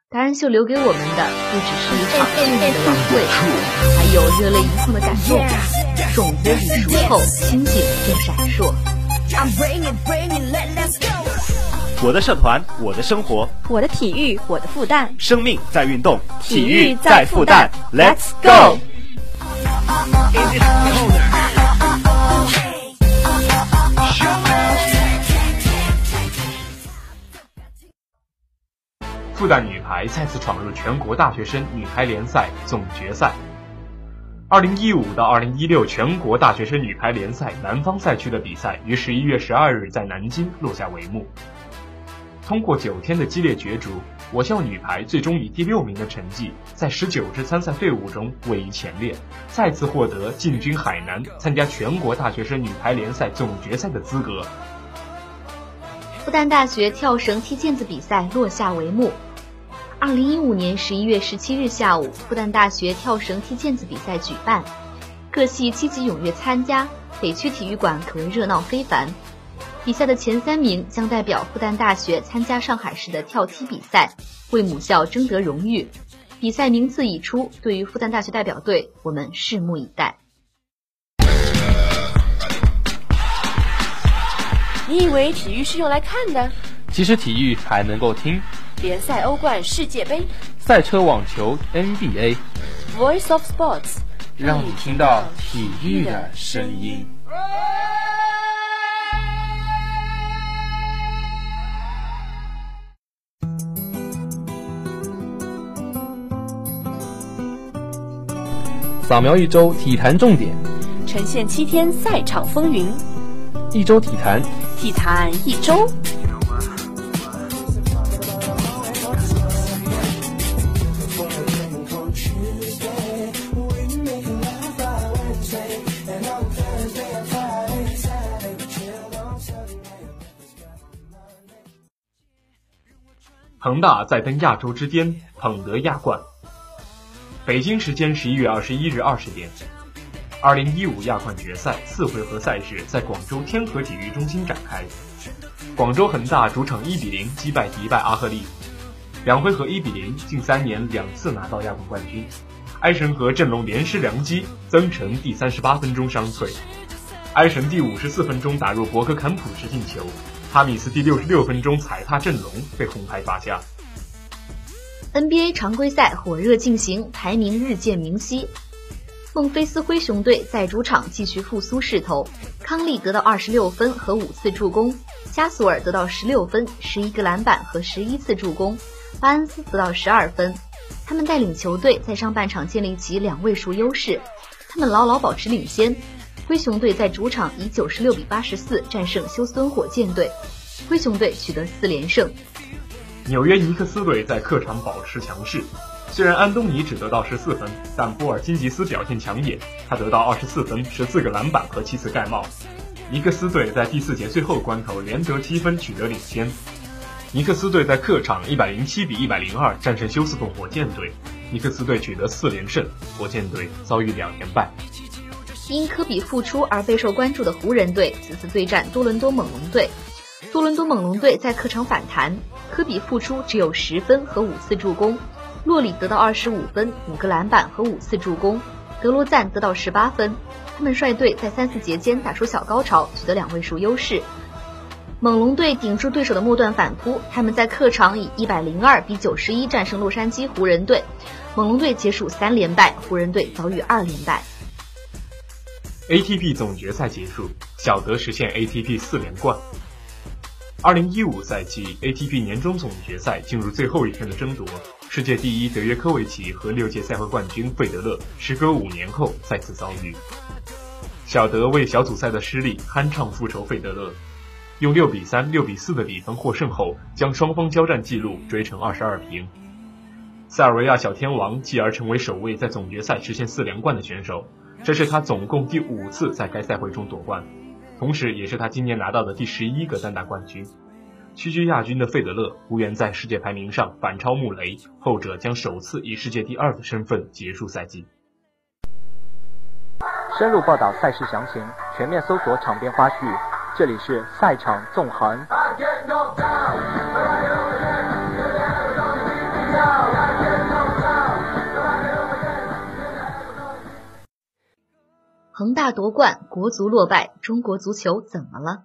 达人秀留给我们的不只是一场幸运的晚会，还有热泪盈眶的感动。种子已熟透，星星正闪烁。 我的社团，我的生活， 我的体育，我的复旦。 生命在运动， 体育在复旦。 Let's go！ 复旦女排再次闯入全国大学生女排联赛总决赛。2015到2016全国大学生女排联赛南方赛区的比赛于11月12日在南京落下帷幕。通过9天的激烈角逐，我校女排最终以第6名的成绩，在19支参赛队伍中位于前列，再次获得进军海南参加全国大学生女排联赛总决赛的资格。 复旦大学跳绳踢毽子比赛落下帷幕。2015年11月17日下午，复旦大学跳绳踢毽子比赛举办，各系积极踊跃参加，北区体育馆可谓热闹非凡。比赛的前3名将代表复旦大学参加上海市的跳踢比赛，为母校争得荣誉。比赛名次已出，对于复旦大学代表队，我们拭目以待。 你以为体育是用来看的？ 其实体育还能够听。 联赛、欧冠、世界杯、 赛车、网球、NBA， Voice of Sports， 让你听到体育的声音。扫描一周体坛重点， 呈现7天赛场风云。 一周体坛， 体坛一周。 恒大再登亚洲之巅，捧得亚冠。北京时间11月21日20点，2015亚冠决赛4回合赛事在广州天河体育中心展开。广州恒大主场1比0击败迪拜阿赫利，2回合1比0，近3年2次拿到亚冠冠军。埃神河阵容连失良机，曾诚第38分钟伤退，埃神第54分钟打入博格坎普式进球，哈米斯第66分钟踩踏阵容被红牌罚下。 NBA 常规赛火热进行，排名日渐明晰。孟菲斯灰熊队在主场继续复苏势头，康利得到26分和5次助攻，加索尔得到16分、11个篮板和11次助攻，巴恩斯得到12分。他们带领球队在上半场建立起2位数优势，他们牢牢保持领先。灰熊队在主场以96比84战胜休斯敦火箭队，灰熊队取得4连胜。 纽约尼克斯队在客场保持强势，虽然安东尼只得到14分，但波尔津吉斯表现抢眼，他得到24分、14个篮板和7次盖帽。尼克斯队在第4节最后关头连得7分取得领先。尼克斯队在客场107比102战胜休斯顿火箭队，尼克斯队取得4连胜，火箭队遭遇2连败。 因科比复出而备受关注的湖人队此次对战多伦多猛龙队。多伦多猛龙队在客场反弹，科比复出只有10分和5次助攻，洛里得到25分、5个篮板和5次助攻，德罗赞得到18分。他们率队在3、4节间打出小高潮，取得2位数优势。猛龙队顶住对手的末段反扑，他们在客场以102比91战胜洛杉矶湖人队。猛龙队结束3连败，湖人队遭遇2连败。 ATP 总决赛结束，小德实现 ATP 4连冠。2015赛季 ATP 年终总决赛进入最后一天的争夺，世界第1德约科维奇和6届赛会冠军费德勒时隔5年后再次遭遇。小德为小组赛的失利酣畅复仇费德勒，用6比3、6比4的比分获胜后，将双方交战记录追成22平。塞尔维亚小天王继而成为首位在总决赛实现4连冠的选手，这是他总共第5次在该赛会中夺冠，同时也是他今年拿到的第11个单打冠军。屈居亚军的费德勒无缘在世界排名上反超穆雷，后者将首次以世界第2的身份结束赛季。 深入报道赛事详情，全面搜索场边花絮，这里是赛场纵横。 恒大夺冠，国足落败，中国足球怎么了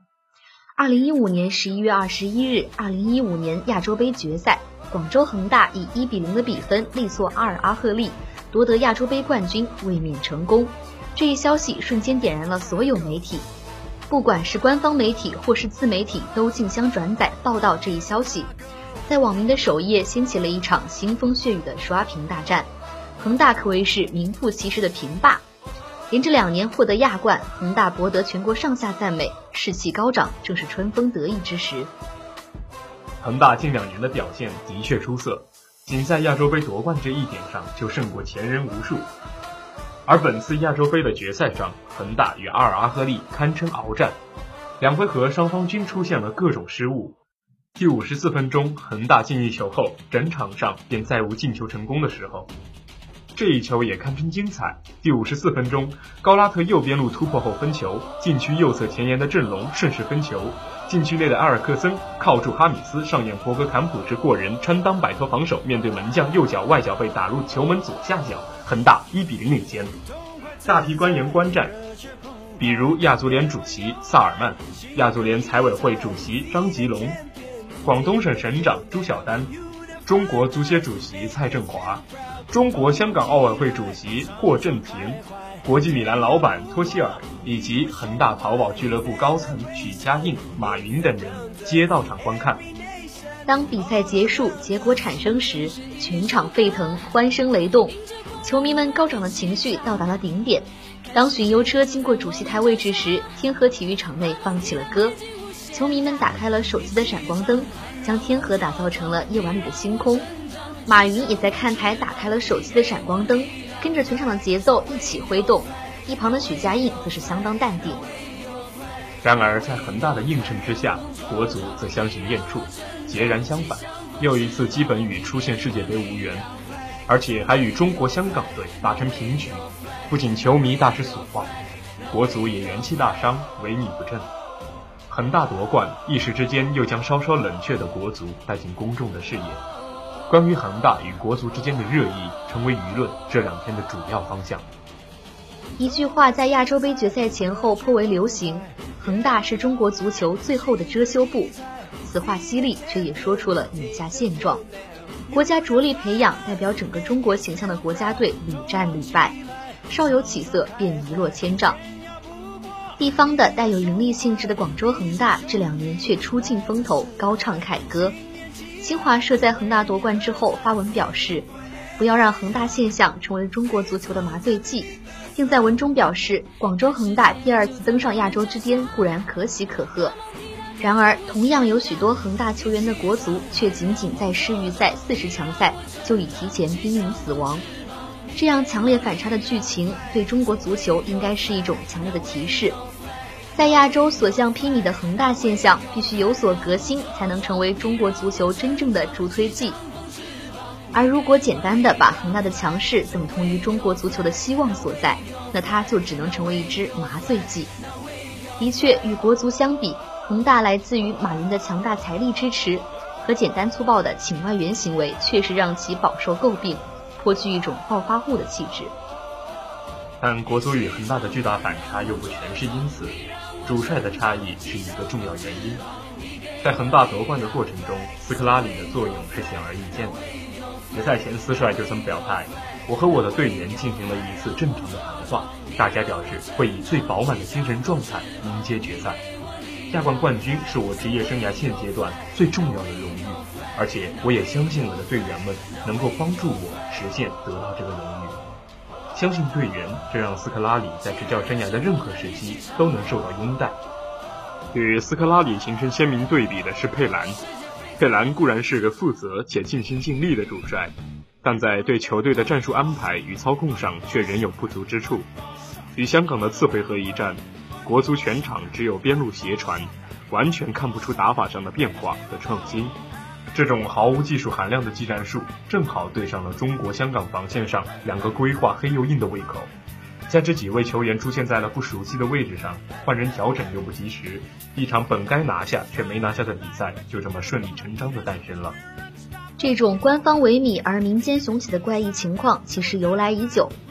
？2015年11月21日，2015年亚洲杯决赛，广州恒大以1-0的比分力挫阿尔阿赫利，夺得亚洲杯冠军，卫冕成功。这一消息瞬间点燃了所有媒体，不管是官方媒体或是自媒体，都竞相转载报道这一消息，在网民的首页掀起了一场腥风血雨的刷屏大战。恒大可谓是名副其实的评霸，连着2年获得亚冠，恒大博得全国上下赞美，士气高涨，正是春风得意之时。 恒大近2年的表现的确出色，仅在亚洲杯夺冠这一点上就胜过前人无数。而本次亚洲杯的决赛上，恒大与阿尔阿赫利堪称鏖战，2回合双方均出现了各种失误。第54分钟，恒大进一球后，整场上便再无进球成功的时候。这一球也堪称精彩。第54分钟，高拉特右边路突破后分球，禁区右侧前沿的阵龙顺势分球，禁区内的埃尔克森靠住哈米斯上演博格坎普之过人穿裆摆脱防守，面对门将右脚外脚被打入球门左下角，恒大1-0领先。大批官员观战，比如亚足联主席萨尔曼、亚足联财委会主席张吉龙、广东省省长朱晓丹、中国足协主席蔡振华、中国香港奥委会主席霍震霆、国际米兰老板托希尔以及恒大淘宝俱乐部高层许家印、马云等人皆到场观看。 当比赛结束，结果产生时，全场沸腾，欢声雷动，球迷们高涨的情绪到达了顶点。当巡游车经过主席台位置时，天河体育场内放起了歌，球迷们打开了手机的闪光灯，将天河打造成了夜晚里的星空。马云也在看台打开了手机的闪光灯，跟着全场的节奏一起挥动，一旁的许家印则是相当淡定。 然而在恒大的应胜之下，国足则相形见绌，截然相反，又一次基本与出现世界杯无缘，而且还与中国香港队打成平局。不仅球迷大失所望，国足也元气大伤，萎靡不振。恒大夺冠，一时之间又将稍稍冷却的国足带进公众的视野。关于恒大与国足之间的热议，成为舆论这2天的主要方向。 一句话在亚洲杯决赛前后颇为流行，恒大是中国足球最后的遮羞布。此话犀利，却也说出了眼下现状。国家着力培养代表整个中国形象的国家队屡战屡败，稍有起色便一落千丈。地方的带有盈利性质的广州恒大这2年却出尽风头，高唱凯歌。新华社在恒大夺冠之后发文表示，不要让恒大现象成为中国足球的麻醉剂，并在文中表示，广州恒大第2次登上亚洲之巅固然可喜可贺，然而同样有许多恒大球员的国足却仅仅在世预赛40强赛就已提前濒临死亡。这样强烈反差的剧情对中国足球应该是一种强烈的提示，在亚洲所向披靡的恒大现象必须有所革新，才能成为中国足球真正的助推剂。而如果简单的把恒大的强势等同于中国足球的希望所在，那它就只能成为一支麻醉剂。的确，与国足相比，恒大来自于马云的强大财力支持和简单粗暴的请外援行为，确实让其饱受诟病，颇具一种暴发户的气质。 但国足与恒大的巨大反差又不全是因此，主帅的差异是一个重要原因。在恒大夺冠的过程中，斯科拉里的作用是显而易见的。决赛前，斯帅就曾表态，我和我的队员进行了一次正常的谈话，大家表示会以最饱满的精神状态迎接决赛。亚冠冠军是我职业生涯现阶段最重要的荣誉，而且我也相信我的队员们能够帮助我实现得到这个荣誉。相信队员，这让斯科拉里在执教生涯的任何时期都能受到拥戴。与斯科拉里形成鲜明对比的是佩兰。佩兰固然是个负责且尽心尽力的主帅，但在对球队的战术安排与操控上却仍有不足之处。与香港的次回合一战，国足全场只有边路斜传，完全看不出打法上的变化和创新。这种毫无技术含量的技战术，正好对上了中国香港防线上2个规划黑又硬的胃口。在这几位球员出现在了不熟悉的位置上，换人调整又不及时，一场本该拿下却没拿下的比赛就这么顺理成章地诞生了。 这种官方萎靡而民间雄起的怪异情况其实由来已久。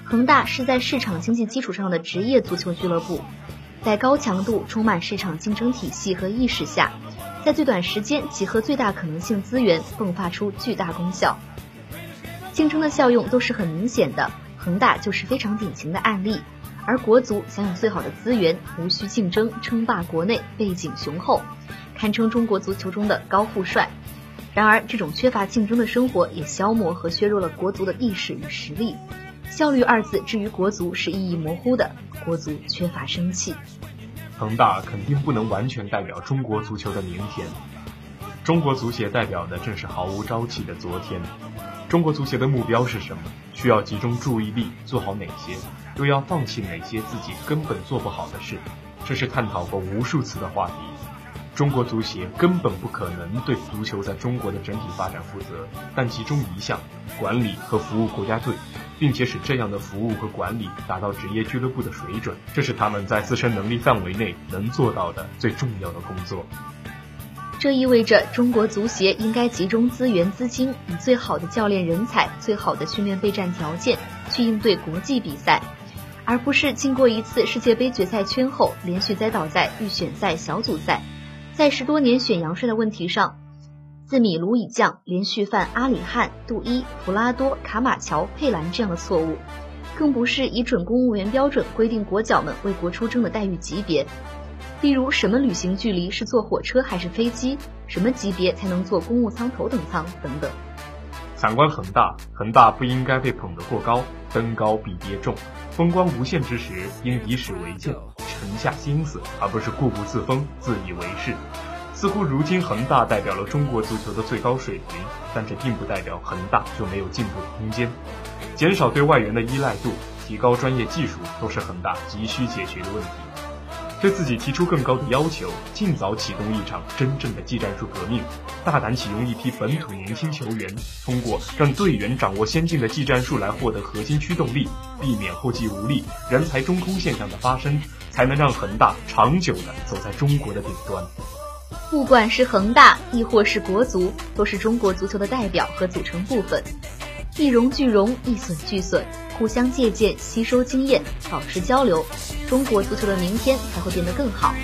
恒大是在市场经济基础上的职业足球俱乐部，在高强度、充满市场竞争体系和意识下，在最短时间集合最大可能性资源，迸发出巨大功效。竞争的效用都是很明显的，恒大就是非常典型的案例。而国足享有最好的资源，无需竞争，称霸国内，背景雄厚，堪称中国足球中的高富帅。然而，这种缺乏竞争的生活也消磨和削弱了国足的意识与实力。效率二字至于国足是意义模糊的，国足缺乏生气。 恒大肯定不能完全代表中国足球的明天，中国足协代表的正是毫无朝气的昨天。中国足协的目标是什么？需要集中注意力做好哪些，又要放弃哪些自己根本做不好的事，这是探讨过无数次的话题。中国足协根本不可能对足球在中国的整体发展负责，但集中一项，管理和服务国家队，并且使这样的服务和管理达到职业俱乐部的水准，这是他们在自身能力范围内能做到的最重要的工作。 这意味着中国足协应该集中资源资金，以最好的教练人才、最好的训练备战条件去应对国际比赛，而不是经过一次世界杯决赛圈后连续栽倒在预选赛、小组赛，在10多年选洋帅的问题上，自米卢以降连续犯阿里汉、杜伊、普拉多、卡马乔、佩兰这样的错误，更不是以准公务员标准规定国脚们为国出征的待遇级别。例如，什么旅行距离是坐火车还是飞机，什么级别才能坐公务舱头等舱等等。 反观恒大，恒大不应该被捧得过高，登高必跌重，风光无限之时应以史为鉴，沉下心思，而不是固步自封，自以为是。似乎如今恒大代表了中国足球的最高水平，但这并不代表恒大就没有进步的空间。减少对外援的依赖度，提高专业技术，都是恒大急需解决的问题。对自己提出更高的要求，尽早启动一场真正的技战术革命，大胆启用一批本土年轻球员，通过让队员掌握先进的技战术来获得核心驱动力，避免后继无力、人才中空现象的发生，才能让恒大长久地走在中国的顶端。 不管是恒大亦或是国足，都是中国足球的代表和组成部分，一荣俱荣，一损俱损，互相借鉴，吸收经验，保持交流，中国足球的明天才会变得更好。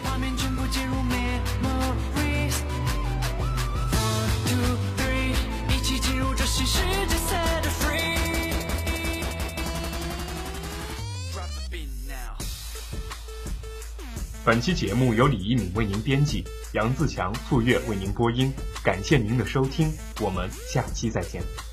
本期节目由李一鸣为您编辑，杨自强、傅月为您播音，感谢您的收听，我们下期再见。